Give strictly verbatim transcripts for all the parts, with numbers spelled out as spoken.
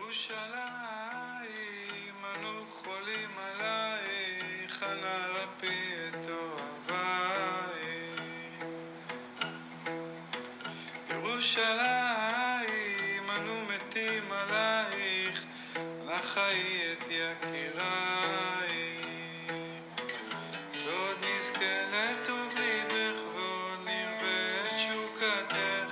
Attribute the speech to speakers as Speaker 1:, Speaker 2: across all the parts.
Speaker 1: ירושלים, אנו חולים עלייך, אנא רפי את אוהבייך. ירושלים, אנו מתים עלייך, אנא חיי את יקירייך. ועוד נזכה לטוב ליבך, ועוד נרווה את שוקתך.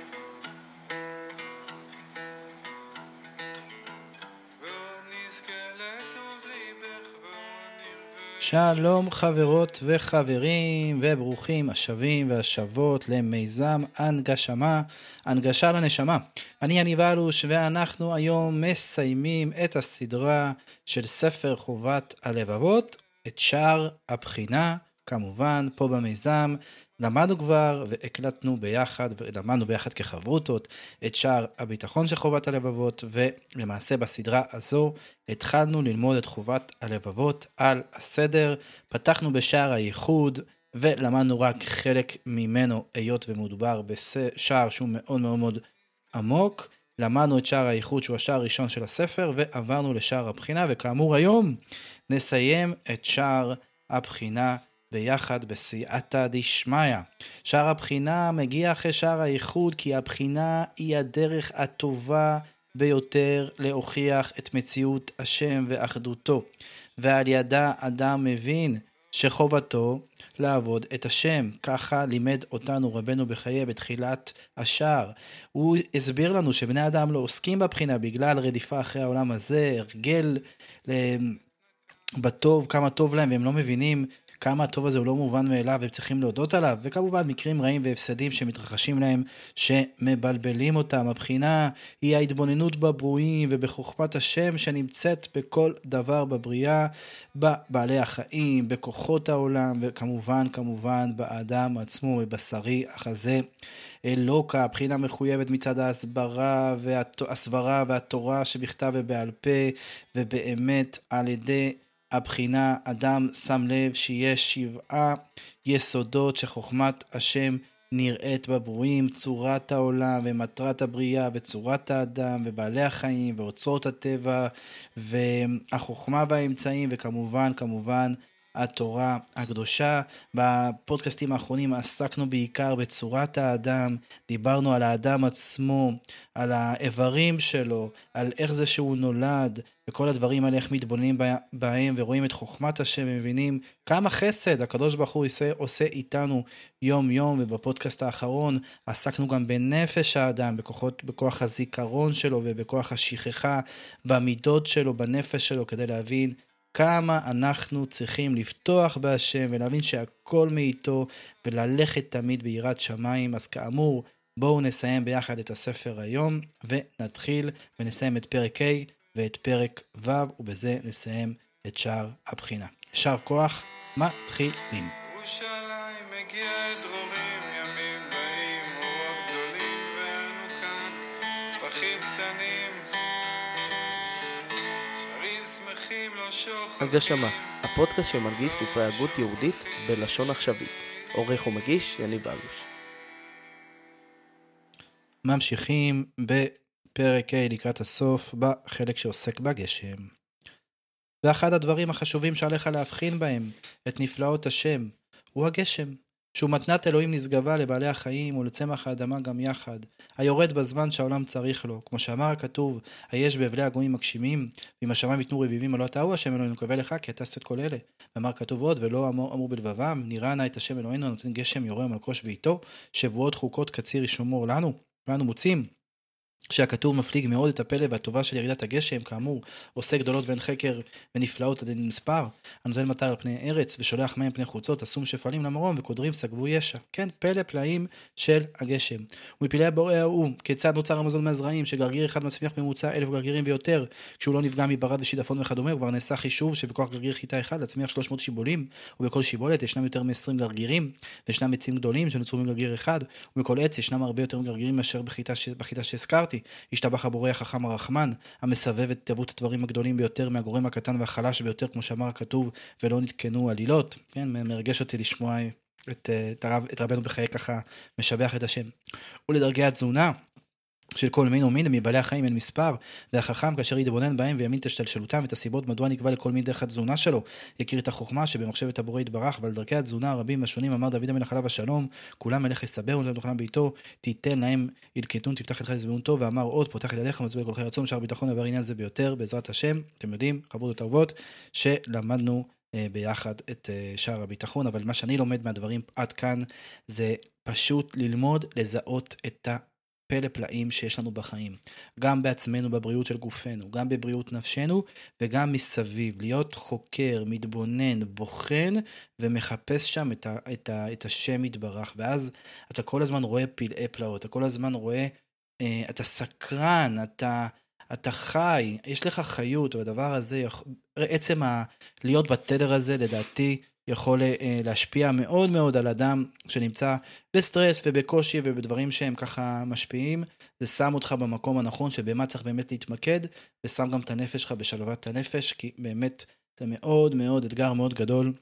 Speaker 1: שלום חברות וחברים וברוכים השבים והשבות למיזם הנגשמה, הנגשה לנשמה. אני יניב אלוש ואנחנו היום מסיימים את הסדרה של ספר חובת הלבבות, את שער הבחינה, כמובן פה במיזם. למדנו כבר והקלטנו ביחד ולמדנו ביחד כחברותות את שער הביטחון של חובת הלבבות, ולמעשה בסדרה הזו התחלנו ללמוד את חובת הלבבות על הסדר. פתחנו בשער הייחוד ולמדנו רק חלק ממנו, היות ומדובר בשער שהוא מאוד מאוד מאוד עמוק. למדנו את שער הייחוד שהוא השער הראשון של הספר ועברנו לשער הבחינה, וכאמור היום נסיים את שער הבחינה ביחד בסייעתא דשמיא. שער הבחינה מגיע אחרי שער הייחוד, כי הבחינה היא הדרך הטובה ביותר להוכיח את מציאות השם ואחדותו, ועל ידה אדם מבין שחובתו לעבוד את השם. ככה לימד אותנו רבנו בחיי בתחילת השער. הוא הסביר לנו שבני אדם לא עוסקים בבחינה בגלל רדיפה אחרי העולם הזה, הרגל בטוב, כמה טוב להם, והם לא מבינים כמה הטוב הזה הוא לא מובן מאליו והם צריכים להודות עליו, וכמובן מקרים רעים והפסדים שמתרחשים להם שמבלבלים אותם. הבחינה היא ההתבוננות בברואים ובחוכמת השם שנמצאת בכל דבר בבריאה, בבעלי החיים, בכוחות העולם, וכמובן כמובן באדם עצמו, בבשרי החזה אלוקה. הבחינה מחויבת מצד ההסברה והסברה והתורה שבכתב ובעל פה, ובאמת על ידי הבחינה אדם שם לב שיש שבעה יסודות שחוכמת השם נראית בברואים: צורת העולם ומטרת הבריאה וצורת האדם ובעלי החיים ואוצרות הטבע והחוכמה והאמצעים, וכמובן כמובן התורה הקדושה. בפודקאסטים האחרונים עסקנו בעיקר בצורת האדם, דיברנו על האדם עצמו, על האיברים שלו, על איך זה שהוא נולד, וכל הדברים האלה, איך מתבוננים בהם ורואים את חוכמת השם ומבינים כמה חסד הקדוש ברוך הוא עושה, עושה איתנו יום יום. ובפודקאסט האחרון עסקנו גם בנפש האדם, בכוחות, בכוח הזיכרון שלו ובכוח השכחה, במידות שלו, בנפש שלו, כדי להבין כמה אנחנו צריכים לפתוח בהשם ולהבין שהכל מאיתו וללכת תמיד ביראת שמיים. אז כאמור, בואו נסיים ביחד את הספר היום ונתחיל ונסיים את פרק ה' ואת פרק ו', ובזה נסיים את שער הבחינה. שער כוח, מתחילים. ירושלים מגיע את דרורים, ימים באים אורות גדולים, ואנו כאן פחים קטנים, שרים שמחים לא שוכחים.
Speaker 2: הנגשמה, הפודקאסט שמנגיש ספרי הגות יהודית בלשון עכשווית. עורך ומגיש יניב אלוש.
Speaker 1: ממשיכים בפרק ה' לקראת הסוף, בחלק שעוסק בגשם. ואחד הדברים החשובים שעליך להבחין בהם את נפלאות השם הוא הגשם, שהוא מתנת אלוהים נשגבה לבעלי החיים ולצמח האדמה גם יחד, היורד בזמן שהעולם צריך לו. כמו שאמר הכתוב, היש באבלי הגויים מגשימים, ואם השמיים יתנו רביבים ולא תאו השם אלוהינו, נקווה לך כי אתה עשית את כל אלה. ואמר כתוב עוד, ולא אמור, אמור בלבבם, נראה נא את השם אלוהינו הנותן גשם יורה ומלקוש בעיתו, שבועות חוקות קציר ישמור לנו. ואנו מוצאים שהכתוב מפליג מאוד את הפלא והטובה של ירידת הגשם, כאמור, עושה גדולות ואין חקר ונפלאות עד אין מספר, הנותן מטר על פני ארץ ושולח מים פני חוצות, אסום שפלים למרום וקודרים סגבו ישע. כן, פלא פלאים של הגשם. ומפלאי הבורא ההוא, כיצד נוצר המזון מהזרעים, שגרגיר אחד מצמיח ממוצע אלף גרגירים ויותר, כשהוא לא נפגע מברד ושידפון וכדומה, הוא כבר נעשה חישוב שבכוח גרגיר חיטה אחד להצמיח שלוש מאות שיבולים, ובכל שיבולת ישנם יותר מ-עשרים גרגירים, וישנם עצים גדולים שנוצרו מגרגיר אחד, ובכל עץ ישנם הרבה יותר גרגירים מאשר בחיטה, בחיטה שהזכרתי. השתבח הבורא החכם הרחמן, המסבב את תאבות הדברים הגדולים ביותר מהגורם הקטן והחלש ביותר, כמו שאמר הכתוב, ולא נתקנו עלילות. כן, מרגש אותי לשמוע את, את, הרב, את רבנו בחיי ככה משבח את השם. ולדרגי התזונה, של כל מין ומין, מבעלי החיים אין מספר, והחכם כאשר יתבונן בהם ויאמין את השתלשלותם ואת הסיבות מדוע נקבע לכל מין דרך התזונה שלו, יכיר את החוכמה שבמחשבת הבורא יתברך, ועל דרכי התזונה הרבים השונים אמר דוד המלך עליו השלום, כולם מלך יסבר ונתן תוכנם ביתו, תיתן להם ילקטון, תפתח את חי זבון טוב, ואמר עוד פותח ידיך ומצביע כל חי רצון, שער ביטחון ועבר עניין זה ביותר, בעזרת השם, אתם יודעים, חברות וטובות, שלמדנו ביחד את שער הביטחון, אבל מה שאני לומד מהדברים עד כאן, זה פשוט ללמוד לזהות את ה פלא פלאים שיש לנו בחיים, גם בעצמנו, בבריאות של גופנו, גם בבריאות נפשנו, וגם מסביב, להיות חוקר, מתבונן, בוחן, ומחפש שם את, ה, את, ה, את השם יתברך, ואז אתה כל הזמן רואה פלאי פלאות, אתה כל הזמן רואה, אה, אתה סקרן, אתה, אתה חי, יש לך חיות, והדבר הזה, עצם ה, להיות בתדר הזה, לדעתי, יכול להשפיע מאוד מאוד על אדם שנמצא בסטרס ובקושי ובדברים שהם ככה משפיעים, זה שם אותך במקום הנכון שבמה צריך באמת להתמקד, ושם גם את הנפש שלך בשלוות הנפש, כי באמת זה מאוד מאוד אתגר מאוד גדול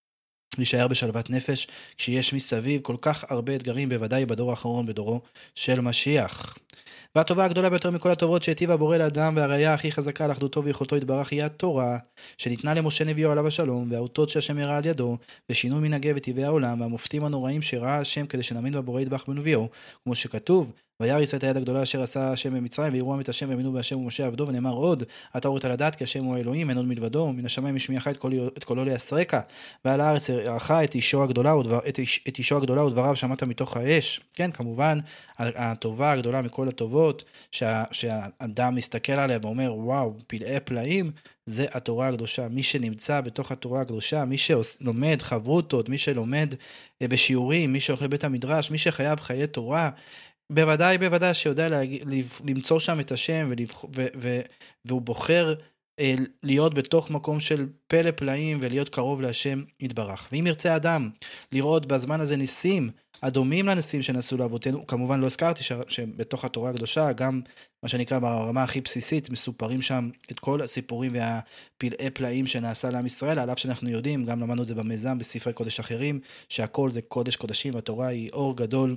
Speaker 1: להישאר בשלוות נפש, כשיש מסביב כל כך הרבה אתגרים, בוודאי בדור האחרון, בדורו של משיח. והטובה הגדולה ביותר מכל הטובות שהטיב הבורא לאדם, והראיה הכי חזקה על אחדותו ויכולתו יתברך היא התורה, שניתנה למשה נביאו עליו השלום, והאותות שהשם הראה על ידו, ושינוי מנהגי וטבעי העולם, והמופתים הנוראים שראה השם כדי שנאמין בבורא יתברך בנביאו, כמו שכתוב, וירא ישראל את היד הגדולה אשר עשה השם במצרים, ויראו עם את השם והאמינו בהשם ומשה עבדו, ונאמר עוד, אתה הורית לדעת כי השם הוא האלוהים, אין עוד מלבדו, מן השמיים השמיעך את קולו, את קולו ליסרקה, ועל הארץ ערכה את אישו הגדולה ודבר, את, איש, את אישו הגדולה ודבריו שמעת מתוך האש. כן, כמובן, הטובה הגדולה מכל הטובות, שה, שהאדם מסתכל עליה ואומר, וואו, פלאי פלאים, זה התורה הקדושה. מי שנמצא בתוך התורה הקדושה, מי שלומד חברותות, מי שלומד בשיעורים, מי שהולך לבית המדרש, מי שחייב חיי תורה, בוודאי, בוודאי שיודע להג... למצוא שם את השם, ולבח... ו... ו... והוא בוחר אה, להיות בתוך מקום של פלא פלאים, ולהיות קרוב להשם יתברך. ואם ירצה אדם לראות בזמן הזה ניסים, הדומים לניסים שנעשו לאבותינו, כמובן לא הזכרתי ש... שבתוך התורה הקדושה, גם מה שנקרא ברמה הכי בסיסית, מסופרים שם את כל הסיפורים והפלאי פלאים שנעשה לעם ישראל, על אף שאנחנו יודעים, גם למדנו את זה במיזם, בספרי קודש אחרים, שהכל זה קודש קודשים, והתורה היא אור גדול,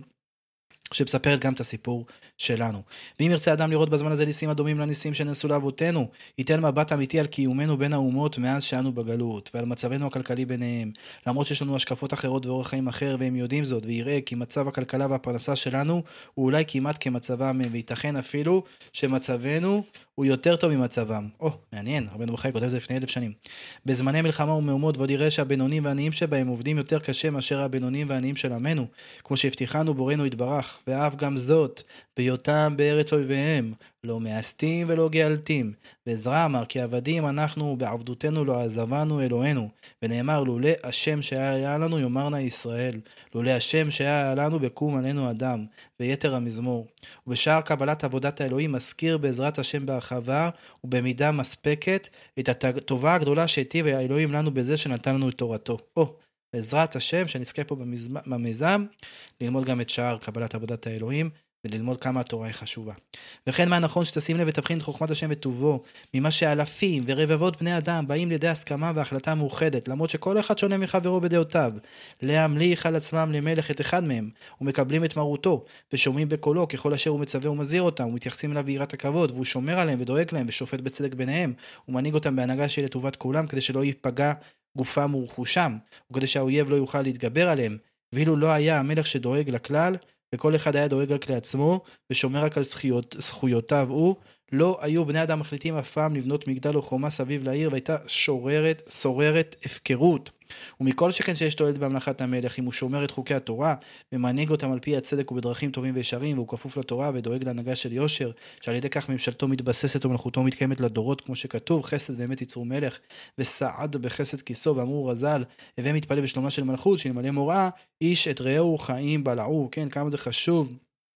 Speaker 1: שמספרת גם את הסיפור שלנו. ואם ירצה אדם לראות בזמן הזה ניסים הדומים לניסים שנעשו לאבותינו, ייתן מבט אמיתי על קיומנו בין האומות מאז שאנו בגלות, ועל מצבנו הכלכלי ביניהם, למרות שיש לנו השקפות אחרות ואורח חיים אחר, והם יודעים זאת, ויראה כי מצב הכלכלה והפרנסה שלנו הוא אולי כמעט כמצבם, וייתכן אפילו שמצבנו הוא יותר טוב ממצבם. או, מעניין, רבנו בחיי כותב זה לפני אלף שנים. בזמני מלחמה ומהומות, ועוד יראה שהבינונים והעניים שבהם עובדים יותר קשה מאשר הבינונים והעניים של עמנו, כמו שהבטיחנו בורנו יתברך, ואף גם זאת, בהיותם בארץ אויביהם, לא מאסתים ולא גאלתים. ועזרא אמר, כי עבדים אנחנו בעבדותנו לא עזבנו אלוהינו, ונאמר, לולא השם שהיה לנו יאמרנה ישראל, לולא השם שהיה לנו בקום עלינו אדם, ויתר המזמור. ובשאר קבלת עבודת האלוהים מזכיר בעזרת השם בהרחבה ובמידה מספקת את הטובה הגדולה שהיטיב האלוהים לנו בזה שנתן לנו את תורתו. או, בעזרת השם שנזכה פה במיזם, ללמוד גם את שאר קבלת עבודת האלוהים, וללמוד כמה התורה היא חשובה. וכן מה נכון שתשים לב ותבחין את חוכמת השם וטובו, ממה שאלפים ורבבות בני אדם באים לידי הסכמה והחלטה מאוחדת, למרות שכל אחד שונה מחברו בדעותיו, להמליך על עצמם למלך את אחד מהם, ומקבלים את מרותו, ושומעים בקולו ככל אשר הוא מצווה ומזהיר אותם, ומתייחסים אליו ביראת הכבוד, והוא שומר עליהם ודואג להם ושופט בצדק ביניהם, ומנהיג אותם בהנהגה שהיא לטובת כולם, כדי שלא ייפגע גופם ורכושם, וכדי שהאויב לא יוכל להתגבר עליהם. ואילו לא היה המלך שדואג לכלל, וכל אחד היה דואג רק לעצמו, ושומר רק על זכויות, זכויותיו הוא, לא היו בני אדם מחליטים אף פעם לבנות מגדל או חומה סביב לעיר, והייתה שוררת, שוררת הפקרות. ומכל שכן שיש תועלת בהמלכת המלך, אם הוא שומר את חוקי התורה, ומנהיג אותם על פי הצדק ובדרכים טובים וישרים, והוא כפוף לתורה ודואג להנהגה של יושר, שעל ידי כך ממשלתו מתבססת ומלכותו מתקיימת לדורות, כמו שכתוב, חסד באמת יצרו מלך, וסעד בחסד כיסו, ואמרו רז"ל, הווה מתפלל בשלומה של מלכות, שאלמלא מוראה, איש את רעהו חיים בלעו. כן, כמה זה חשוב.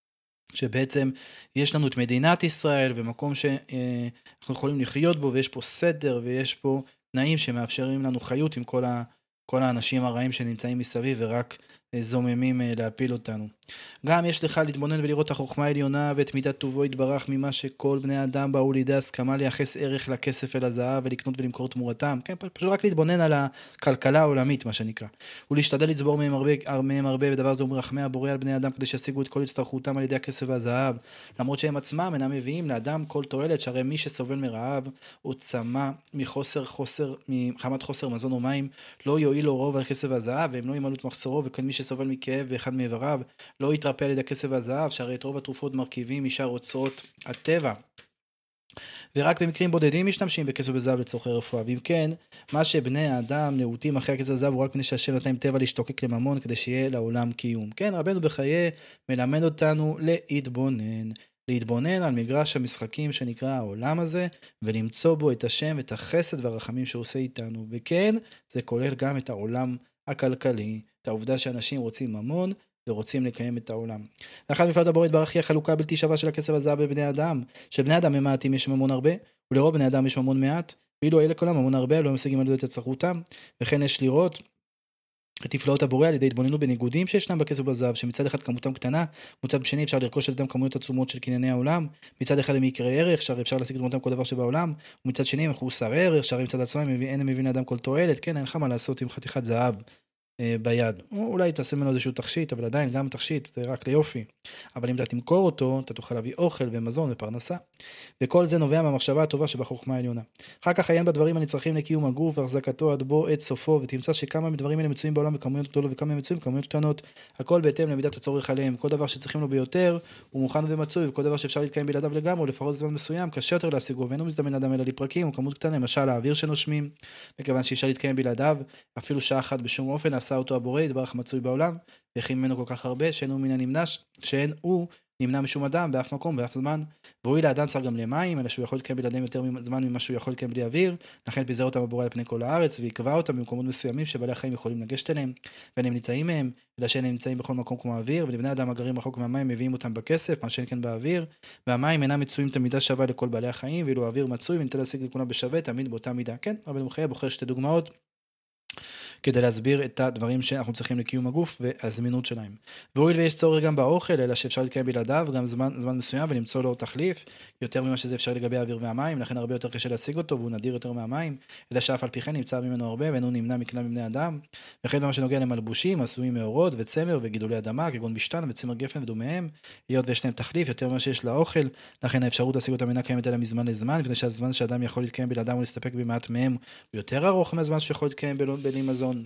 Speaker 1: שבעצם יש לנו את מדינת ישראל, ומקום שאנחנו יכולים לחיות בו, ויש פה סדר, ויש פה תנאים שמאפשרים לנו חיות עם כל, ה, כל האנשים הרעים שנמצאים מסביב, ורק זוממים להפיל אותנו. גם יש לך להתבונן ולראות את החוכמה העליונה ואת מידת טובו יתברך ממה שכל בני האדם באו לידי הסכמה לייחס ערך לכסף ולזהב ולקנות ולמכור תמורתם. כן, פשוט רק להתבונן על הכלכלה העולמית, מה שנקרא. ולהשתדל לצבור מהם הרבה, מהם הרבה, ודבר זה הוא מרחמי הבורא על בני האדם כדי שישיגו את כל הצטרכותם על ידי הכסף והזהב. למרות שהם עצמם אינם מביאים לאדם כל תועלת, שהרי מי שסובל מרעב או צמא מחוסר חוסר, מחמת חוסר מזון או מים, לא יועיל לו רוב הכסף והזהב, והם לא ימלאו את מחסורו, וכן מי שסובל מכאב באחד מאיבריו, לא יתרפא על ידי הכסף והזהב, שהרי את רוב התרופות מרכיבים משאר אוצרות הטבע. ורק במקרים בודדים משתמשים בכסף וזהב לצורכי רפואה. ואם כן, מה שבני האדם נאותים אחרי הכסף וזהב הוא רק מפני שהשם נתן טבע להשתוקק לממון כדי שיהיה לעולם קיום. כן, רבנו בחיי מלמד אותנו להתבונן. להתבונן על מגרש המשחקים שנקרא העולם הזה, ולמצוא בו את השם ואת החסד והרחמים שהוא עושה איתנו. וכן, זה כולל גם את העולם הכלכלי, את העובדה שאנשים רוצים ממון, ורוצים לקיים את העולם. לאחד מפלט הבורא יתברך היא החלוקה בלתי שווה של הכסף הזהב בבני אדם, שבני אדם הם מעטים יש ממון הרבה, ולרוב בני אדם יש ממון מעט, ואילו אלה כולם ממון הרבה, לא משיגים על ידי תצרכותם, וכן יש לראות את תפלאות הבורא על ידי התבוננו בניגודים שישנם בכסף ובזהב, שמצד אחד כמותם קטנה, מצד שני אפשר לרכוש על ידם כמויות עצומות של קנייני העולם, מצד אחד הם יקרי ערך, שהרי אפשר להשיג דמותם כל דבר שבעולם, ומצד שני הם מחוסר ערך, שהרי מצד עצמם אין הם מבין לאדם כל תועלת, כן, אין לך מה לעשות עם חתיכת זהב ביד. אולי תעשה ממנו איזשהו תכשיט, אבל עדיין גם תכשיט זה רק ליופי. אבל אם אתה תמכור אותו, אתה תוכל להביא אוכל ומזון ופרנסה. וכל זה נובע מהמחשבה הטובה שבחוכמה העליונה. אחר כך עיין בדברים הנצרכים לקיום הגוף והחזקתו עד בו עת סופו, ותמצא שכמה מדברים אלה מצויים בעולם בכמויות גדולות וכמה מצויים בכמויות קטנות. הכל בהתאם למידת הצורך עליהם. כל דבר שצריכים לו ביותר הוא מוכן ומצוי, וכל דבר שאפשר להתקיים בלעדיו לגמרי, לפחות זמן מסוים, קשה יותר להשיגו, ואינו מזדמן לאדם אלא לפרקים או כמות קטנה, למשל האוויר שנושמים, מכיוון שאפשר להתקיים בלעדיו, אפילו שעה אחת בשום אופן, עשה אותו הבורא, יתברך מצוי בעולם, והכין ממנו כל כך הרבה, שאין הוא מן הנמנש, שאין הוא נמנע משום אדם, באף מקום, באף זמן, והוא לאדם צריך גם למים, אלא שהוא יכול להתקיים בלעדיהם יותר זמן ממה שהוא יכול להתקיים בלי אוויר, לכן פיזר אותם הבורא על פני כל הארץ, ויקבע אותם במקומות מסוימים שבעלי החיים יכולים לגשת אליהם, ואין הם נמצאים מהם, אלא שאין הם נמצאים בכל מקום כמו האוויר, ולבני אדם הגרים רחוק מהמים מביאים אותם בכסף, מה שאין כן באוויר, והמים אינם מצויים תמידה שווה לכל בעלי החיים, ואילו האוויר מצוי וניתן להשיג לכולם בשווה, תמיד באותה מידה. כן, אבל הוא בוחר שתי דוגמאות כדי להסביר את הדברים שאנחנו צריכים לקיום הגוף והזמינות שלהם. והואיל ויש צורך גם באוכל, אלא שאפשר להתקיים בלעדיו גם זמן, זמן מסוים ולמצוא לו תחליף, יותר ממה שזה אפשר לגבי האוויר והמים, לכן הרבה יותר קשה להשיג אותו והוא נדיר יותר מהמים, אלא שאף על פי כן נמצא ממנו הרבה ואינו נמנע מכלל מבני אדם. וכן במה שנוגע למלבושים, עשויים מאורות וצמר וגידולי אדמה, כגון משתן וצמר גפן ודומיהם, היות ויש להם תחליף יותר ממה שיש לאוכל, לכן האפשרות להשיג אותם אינה קיימת אלא מזמן לזמן, מפני שהזמן שאדם יכול להתקיים בלעדם ולהסתפק במעט מהם הוא יותר ארוך מהזמן שיכול להתקיים בלי מזון.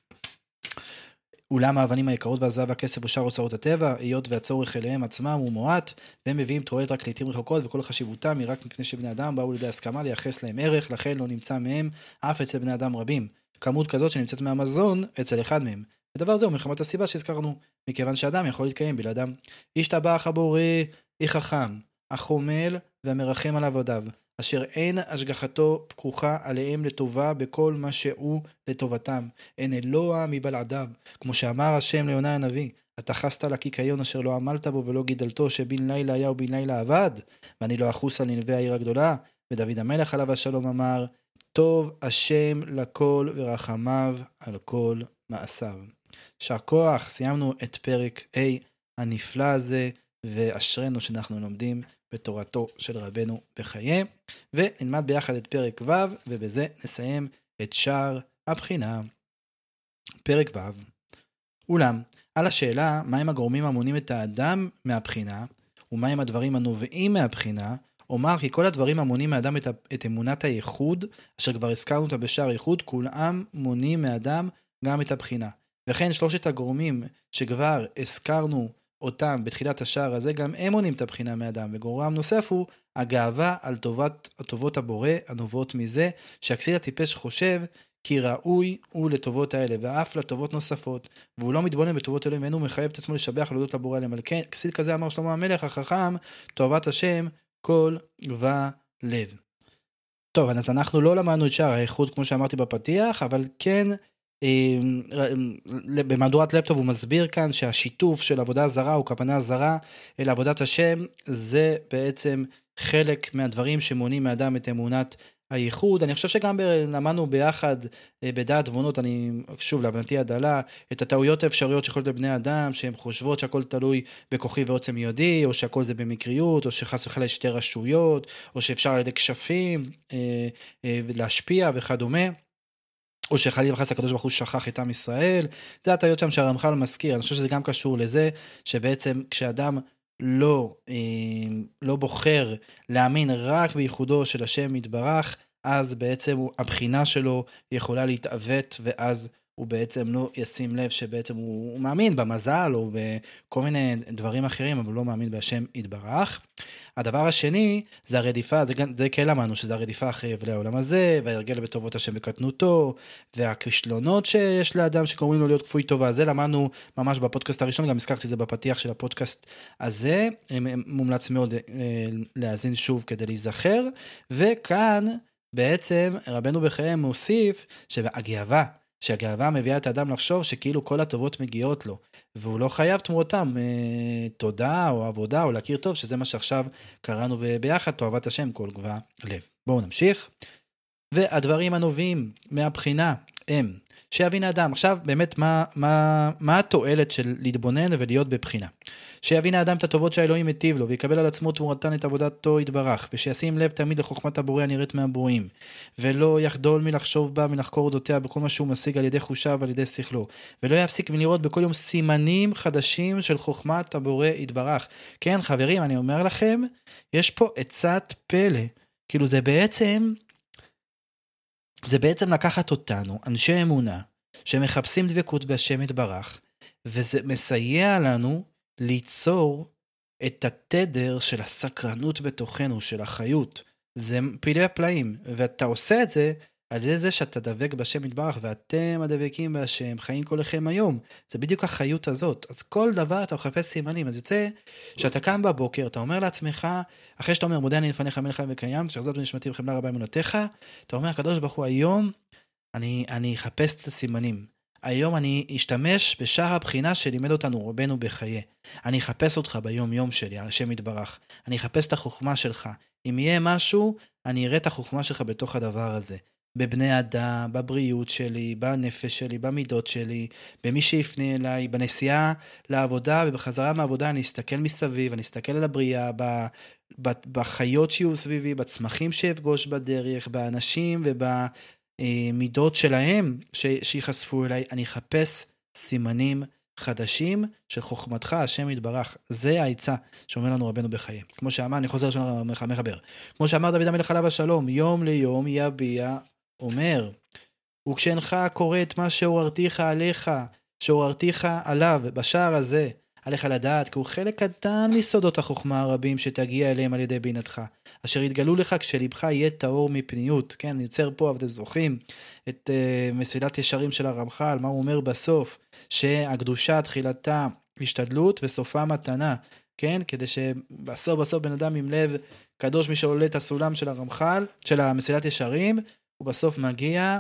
Speaker 1: אולם האבנים היקרות והזהב והכסף ושאר אוצרות הטבע, היות והצורך אליהם עצמם הוא מועט, והם מביאים תועלת רק לעתים רחוקות, וכל חשיבותם היא רק מפני שבני אדם באו לידי הסכמה לייחס להם ערך, לכן לא נמצא מהם אף אצל בני אדם רבים. כמות כזאת שנמצאת מהמזון אצל אחד מהם. ודבר זה הוא מחמת הסיבה שהזכרנו, מכיוון שאדם יכול להתקיים בלעדם. ישתבח הבורא, היא חכם, החומל והמרחם על עבדיו, אשר אין השגחתו פקוחה עליהם לטובה בכל מה שהוא לטובתם. אין אלוה מבלעדיו, כמו שאמר השם ליונה הנביא, אתה חסת לקיקיון אשר לא עמלת בו ולא גידלתו, שבין לילה היה ובין לילה עבד, ואני לא אחוס על ננבי העיר הגדולה. ודוד המלך עליו השלום אמר, טוב השם לכל ורחמיו על כל מעשיו. יישר כוח, סיימנו את פרק A הנפלא הזה, ואשרנו שאנחנו לומדים בתורתו של רבנו בחיי, ונלמד ביחד את פרק ו', ובזה נסיים את שאר הבחינה. פרק ו'. אולם, על השאלה מהם הגורמים המונים את האדם מהבחינה, ומהם הדברים הנובעים מהבחינה, אומר כי כל הדברים המונים מאדם את, את אמונת הייחוד, אשר כבר הזכרנו אותה בשער הייחוד, כולם מונים מאדם גם את הבחינה. וכן שלושת הגורמים שכבר הזכרנו אותם בתחילת השער הזה, גם הם מונים את הבחינה מאדם, וגורם נוסף הוא הגאווה על טובת, טובות הבורא הנובעות מזה, שהכסיל הטיפש חושב כי ראוי הוא לטובות האלה, ואף לטובות נוספות, והוא לא מתבונן בטובות אלוהים, ואינו מחייב את עצמו לשבח להודות לבורא עליהם. על כן, כסיל כזה אמר שלמה המלך, החכם, טובת השם, כל ולב. טוב, אז אנחנו לא למדנו את שער הייחוד כמו שאמרתי בפתיח, אבל כן, במהדורת לפטוב הוא מסביר כאן שהשיתוף של עבודה זרה או כוונה זרה אל עבודת השם, זה בעצם חלק מהדברים שמונים מאדם את אמונת הייחוד, אני חושב שגם ב- למדנו ביחד אה, בדעת תבונות, אני שוב להבנתי הדלה, את הטעויות האפשריות שיכולות לבני אדם, שהן חושבות שהכל תלוי בכוחי ועוצם ידי, או שהכל זה במקריות, או שחס וחלילה יש שתי רשויות, או שאפשר על ידי כשפים אה, אה, להשפיע וכדומה. או שחלילה וחס הקדוש ברוך הוא שכח את עם ישראל, זה הטעויות שם שהרמח"ל מזכיר, אני חושב שזה גם קשור לזה, שבעצם כשאדם לא, אה, לא בוחר להאמין רק בייחודו של השם יתברך, אז בעצם הוא, הבחינה שלו יכולה להתעוות, ואז הוא בעצם לא ישים לב שבעצם הוא, הוא מאמין במזל, או בכל מיני דברים אחרים, אבל לא מאמין בהשם יתברך. הדבר השני, זה הרדיפה, זה, זה כן למדנו, שזה הרדיפה אחרי יבלי העולם הזה, וההרגל בטובות השם בקטנותו, והכישלונות שיש לאדם שקוראים לו להיות כפוי טובה, זה למדנו ממש בפודקאסט הראשון, גם הזכרתי את זה בפתיח של הפודקאסט הזה, מומלץ מאוד להאזין שוב כדי להיזכר, וכאן בעצם רבנו בחיי מוסיף שהגאווה, שהגאווה מביאה את האדם לחשוב שכאילו כל הטובות מגיעות לו, והוא לא חייב תמורתם אה, תודה או עבודה או להכיר טוב, שזה מה שעכשיו קראנו ביחד, תאהבת השם כל גבה לב. בואו נמשיך. והדברים הנובעים מהבחינה הם שיבין האדם, עכשיו באמת מה, מה, מה התועלת של להתבונן ולהיות בבחינה? שיבין האדם את הטובות שהאלוהים מטיב לו, ויקבל על עצמו תמורתן את עבודתו יתברך, ושישים לב תמיד לחוכמת הבורא הנראית מהברואים, ולא יחדול מלחשוב בה, מלחקור אודותיה בכל מה שהוא משיג על ידי חושיו ועל ידי שכלו, ולא יפסיק מלראות בכל יום סימנים חדשים של חוכמת הבורא יתברך. כן חברים, אני אומר לכם, יש פה עצת פלא, כאילו זה בעצם... זה בעצם לקחת אותנו, אנשי אמונה, שמחפשים דבקות בהשם יתברך, וזה מסייע לנו ליצור את התדר של הסקרנות בתוכנו, של החיות. זה פלאי הפלאים, ואתה עושה את זה על ידי זה שאתה דבק בהשם יתברך, ואתם הדבקים בהשם, חיים כולכם היום. זה בדיוק החיות הזאת. אז כל דבר אתה מחפש סימנים. אז יוצא שאתה קם בבוקר, אתה אומר לעצמך, אחרי שאתה אומר, מודה אני לפניך מלך חי וקיים, שחזרת בנשמתי וחמלה רבה אמונתך, אתה אומר, הקדוש ברוך הוא, היום אני, אני אחפש את הסימנים. היום אני אשתמש בשאר הבחינה שלימד אותנו רבנו בחיי. אני אחפש אותך ביום יום שלי, השם יתברך. אני אחפש את החוכמה שלך. אם יהיה משהו, אני אראה את החוכמה שלך בתוך הדבר הזה. בבני אדם, בבריאות שלי, בנפש שלי, במידות שלי, במי שיפנה אליי, בנסיעה לעבודה, ובחזרה מהעבודה אני אסתכל מסביב, אני אסתכל על הבריאה, ב, ב, בחיות שיהיו סביבי, בצמחים שאפגוש בדרך, באנשים ובמידות שלהם ש, שיחשפו אליי, אני אחפש סימנים חדשים של חוכמתך, השם יתברך. זה העצה שאומר לנו רבנו בחיי. כמו שאמר, אני חוזר לשון המחבר. כמו שאמר דוד המלך עליו השלום, יום ליום יביע אומר, וכשאינך קורא את מה שעוררתיך עליך, שעוררתיך עליו, בשער הזה, עליך לדעת, כי הוא חלק קטן מסודות החוכמה הרבים שתגיע אליהם על ידי בינתך, אשר יתגלו לך כשלבך יהיה טהור מפניות. כן, אני יוצר פה, אבל אתם זוכרים, את uh, מסילת ישרים של הרמח"ל, מה הוא אומר בסוף, שהקדושה תחילתה השתדלות וסופה מתנה, כן, כדי שבסוף בסוף בן אדם עם לב קדוש, מי שעולה את הסולם של הרמח"ל, של המסילת ישרים, הוא בסוף מגיע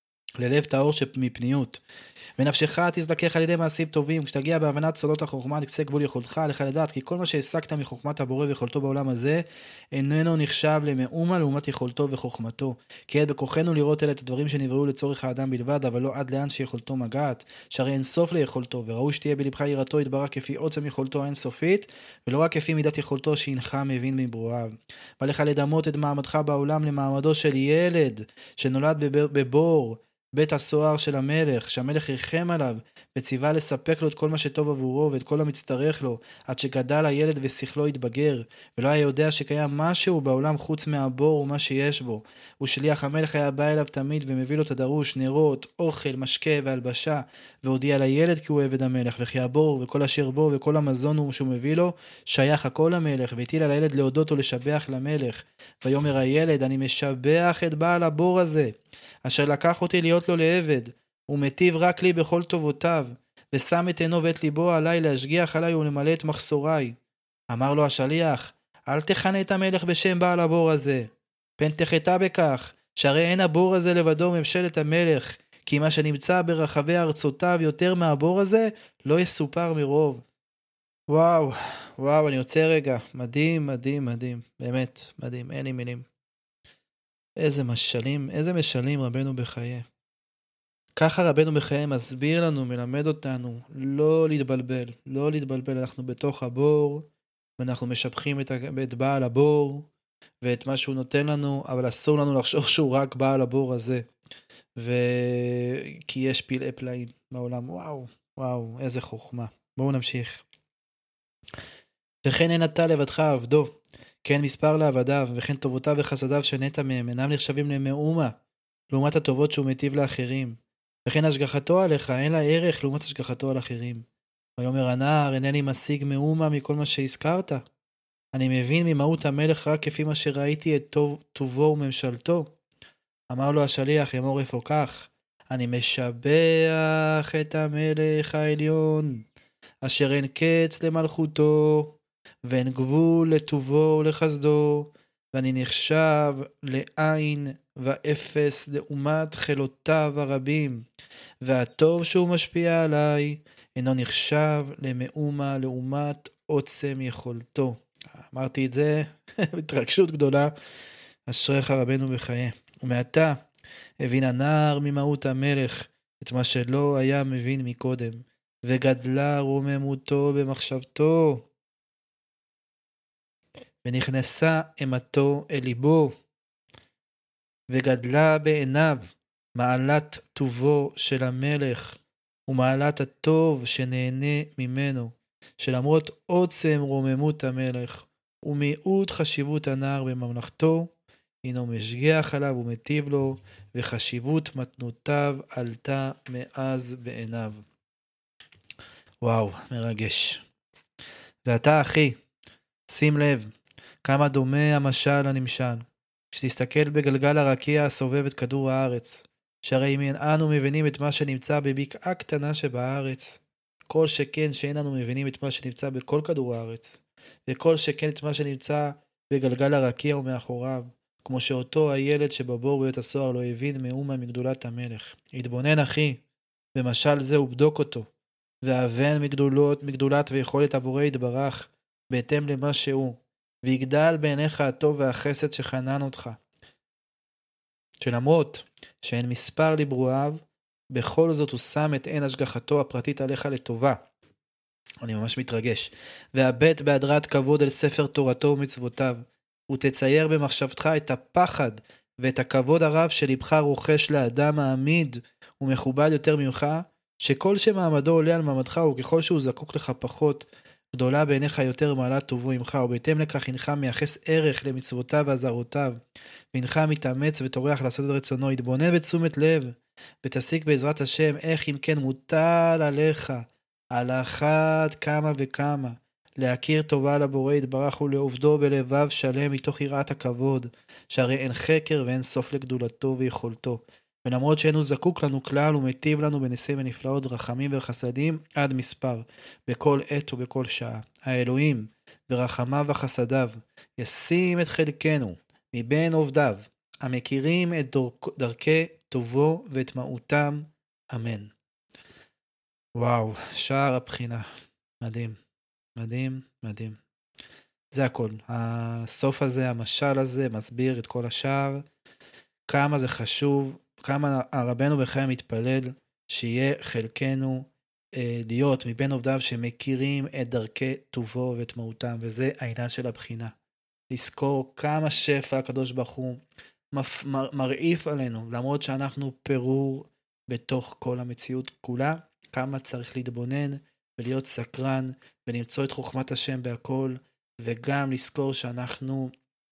Speaker 1: ללב טהור מפניות. ונפשך תזדכך על ידי מעשים טובים, כשתגיע בהבנת סודות החוכמה תקצה גבול יכולתך, עליך לדעת, כי כל מה שהעסקת מחוכמת הבורא ויכולתו בעולם הזה, איננו נחשב למאומה לעומת יכולתו וחוכמתו. כי עד בכוחנו לראות אלה את הדברים שנבראו לצורך האדם בלבד, אבל לא עד לאן שיכולתו מגעת, שהרי אין סוף ליכולתו, וראוי שתהיה בלבך יראתו יתברך כפי עוצם יכולתו האינסופית, ולא רק כפי מידת יכולתו שהנך מבין מברואיו. ועליך לדמות את מעמדך בעולם למעמדו של ילד שנולד בבור, בית הסוהר של המלך, שהמלך ירחם עליו, וציווה לספק לו את כל מה שטוב עבורו, ואת כל המצטרך לו, עד שגדל הילד ושכלו יתבגר, ולא היה יודע שקיים משהו בעולם חוץ מהבור ומה שיש בו. ושליח המלך היה בא אליו תמיד, ומביא לו את הדרוש, נרות, אוכל, משקה והלבשה, והודיע לילד כי הוא עבד המלך, וכי הבור וכל אשר בו וכל המזון שהוא מביא לו, שייך הכל למלך, והטיל על הילד להודות ולשבח למלך. ויאמר הילד, אני משבח את בעל הבור הזה, אשר לקח אותי להיות לו לעבד, ומטיב רק לי בכל טובותיו, ושם את עינו ואת ליבו עליי להשגיח עליי ולמלא את מחסוריי. אמר לו השליח, אל תכנה את המלך בשם בעל הבור הזה, פן תחטא בכך, שהרי אין הבור הזה לבדו ממשלת המלך, כי מה שנמצא ברחבי ארצותיו יותר מהבור הזה, לא יסופר מרוב. וואו, וואו, אני יוצא רגע, מדהים, מדהים, מדהים, באמת, מדהים, אין לי מילים. איזה משלים, איזה משלים רבנו בחיי. ככה רבנו בחיי מסביר לנו, מלמד אותנו, לא להתבלבל, לא להתבלבל, אנחנו בתוך הבור, ואנחנו משבחים את, את בעל הבור, ואת מה שהוא נותן לנו, אבל אסור לנו לחשוב שהוא רק בעל הבור הזה, ו... כי יש פלאי פלאים בעולם, וואו, וואו, איזה חוכמה. בואו נמשיך. וכן אין אתה לבדך עבדו, כן מספר לעבדיו, וכן טובותיו וחסדיו שנטע מהם, אינם נחשבים למאומה, לעומת הטובות שהוא מטיב לאחרים. וכן השגחתו עליך, אין לה ערך לעומת השגחתו על אחרים. ויאמר הנער, אינני משיג מאומה מכל מה שהזכרת. אני מבין ממהות המלך רק כפי מה שראיתי את טוב, טובו וממשלתו. אמר לו השליח, אמור איפה כך, אני משבח את המלך העליון, אשר אין קץ למלכותו, ואין גבול לטובו ולחסדו, ואני נחשב לעין ואפס לעומת חילותיו הרבים, והטוב שהוא משפיע עליי אינו נחשב למאומה לעומת עוצם יכולתו. אמרתי את זה בהתרגשות גדולה, אשריך רבנו בחיי. ומעתה הבין הנער ממהות המלך את מה שלא היה מבין מקודם, וגדלה רוממותו במחשבתו, ונכנסה אמתו אל ליבו, וגדלה בעיניו מעלת טובו של המלך, ומעלת הטוב שנהנה ממנו, שלמרות עוצם רוממות המלך, ומיעוט חשיבות הנער בממלכתו, הינו משגיח עליו ומטיב לו, וחשיבות מתנותיו עלתה מאז בעיניו. וואו, מרגש. ואתה אחי, שים לב, כמה דומה המשל הנמשל. כשתסתכל בגלגל הרקיע הסובב את כדור הארץ, שהרי אם אנו מבינים את מה שנמצא בבקעה קטנה שבארץ, כל שכן שאין אנו מבינים את מה שנמצא בכל כדור הארץ, וכל שכן את מה שנמצא בגלגל הרקיע ומאחוריו, כמו שאותו הילד שבבור בבית הסוהר לא הבין מאומה מגדולת המלך. התבונן אחי, במשל זה ובדוק אותו, והבן מגדולות, מגדולת ויכולת הבורא יתברך, בהתאם למה שהוא, ויגדל בעיניך הטוב והחסד שחנן אותך. שלמרות שאין מספר לברואיו, בכל זאת הוא שם את עין השגחתו הפרטית עליך לטובה. אני ממש מתרגש. והבט בהדרת כבוד אל ספר תורתו ומצוותיו, ותצייר במחשבתך את הפחד ואת הכבוד הרב שלבך רוכש לאדם העמיד ומכובד יותר ממך, שכל שמעמדו עולה על מעמדך וככל שהוא זקוק לך פחות, גדולה בעיניך יותר מעלת טובו עמך, ובהתאם לכך הנך מייחס ערך למצוותיו ועזרותיו, והנך מתאמץ וטורח לעשות את רצונו. יתבונן בתשומת לב, ותסיק בעזרת השם איך אם כן מוטל עליך, על אחת כמה וכמה, להכיר טובה לבורא יתברך ולעובדו בלבב שלם מתוך יראת הכבוד, שהרי אין חקר ואין סוף לגדולתו ויכולתו. ולמרות שאינו זקוק לנו כלל ומטיב לנו בניסים ונפלאות רחמים וחסדים עד מספר, בכל עת ובכל שעה. האלוהים ברחמיו וחסדיו ישים את חלקנו מבין עובדיו, המכירים את דרכ... דרכי טובו ואת מהותם. אמן. וואו, שער הבחינה. מדהים, מדהים, מדהים. זה הכל. הסוף הזה, המשל הזה, מסביר את כל השער. כמה זה חשוב, כמה הרבנו בחיי מתפלל שיהיה חלקנו אה, להיות מבין עובדיו שמכירים את דרכי טובו ואת מהותם, וזה העניין של הבחינה. לזכור כמה שפע הקדוש ברוך הוא מפ, מר, מרעיף עלינו, למרות שאנחנו פירור בתוך כל המציאות כולה, כמה צריך להתבונן ולהיות סקרן ולמצוא את חוכמת השם בהכל, וגם לזכור שאנחנו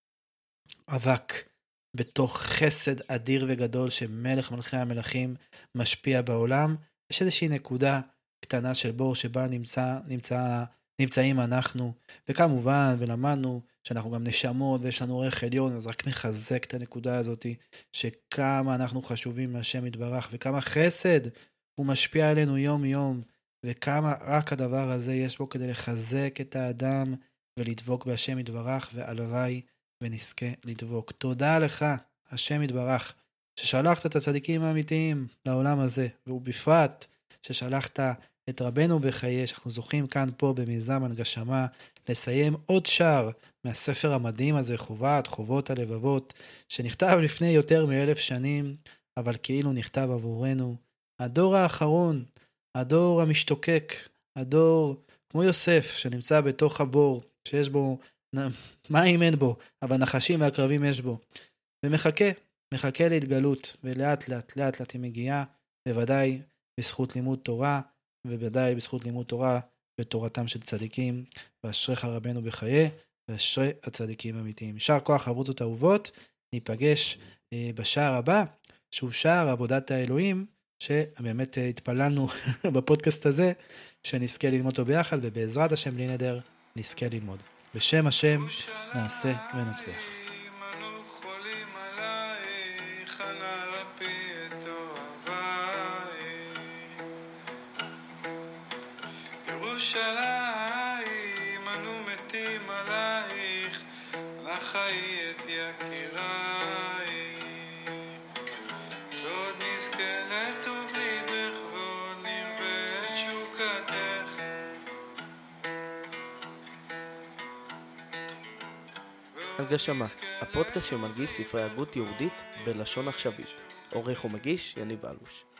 Speaker 1: אבק בתוך חסד אדיר וגדול שמלך מלכי המלכים משפיע בעולם. יש איזושהי נקודה קטנה של בור שבה נמצא, נמצא, נמצאים אנחנו, וכמובן ולמדנו שאנחנו גם נשמות ויש לנו ערך עליון, אז רק נחזק את הנקודה הזאת שכמה אנחנו חשובים מהשם יתברך וכמה חסד הוא משפיע עלינו יום יום, וכמה רק הדבר הזה יש בו כדי לחזק את האדם ולדבוק בהשם יתברך, והלוואי ונזכה לדבוק. תודה לך השם יתברך ששלחת את הצדיקים האמיתיים לעולם הזה, ובפרט ששלחת את רבנו בחיי, שאנחנו זוכים כאן פה במיזם הנגשמה, לסיים עוד שער מהספר המדהים הזה, חובת, חובות הלבבות, שנכתב לפני יותר מאלף שנים, אבל כאילו נכתב עבורנו. הדור האחרון, הדור המשתוקק, הדור כמו יוסף, שנמצא בתוך הבור, שיש בו, מים אין בו, אבל נחשים והקרבים יש בו, ומחכה, מחכה להתגלות, ולאט לאט לאט לאט היא מגיעה, בוודאי בזכות לימוד תורה, ובוודאי בזכות לימוד תורה בתורתם של צדיקים, ואשריך רבנו בחיי, ואשרי הצדיקים האמיתיים. יישר כוח חברותות אהובות, ניפגש אה, בשער הבא, שהוא שער עבודת האלוהים, שבאמת אה, התפללנו בפודקאסט הזה, שנזכה ללמוד אותו ביחד, ובעזרת השם בלי נדר נזכה ללמוד. בשם השם נעשה ונצליח.
Speaker 3: ירושלים, אנו מתים עלייך, לחיי את יקירייך. ועוד נזכה לטוב ליבך, ועוד נרבה את שוקתך.
Speaker 2: הנגשמה, הפודקאסט שמנגיש ספרי הגות יהודית בלשון עכשווית. עורך ומגיש יניב אלוש.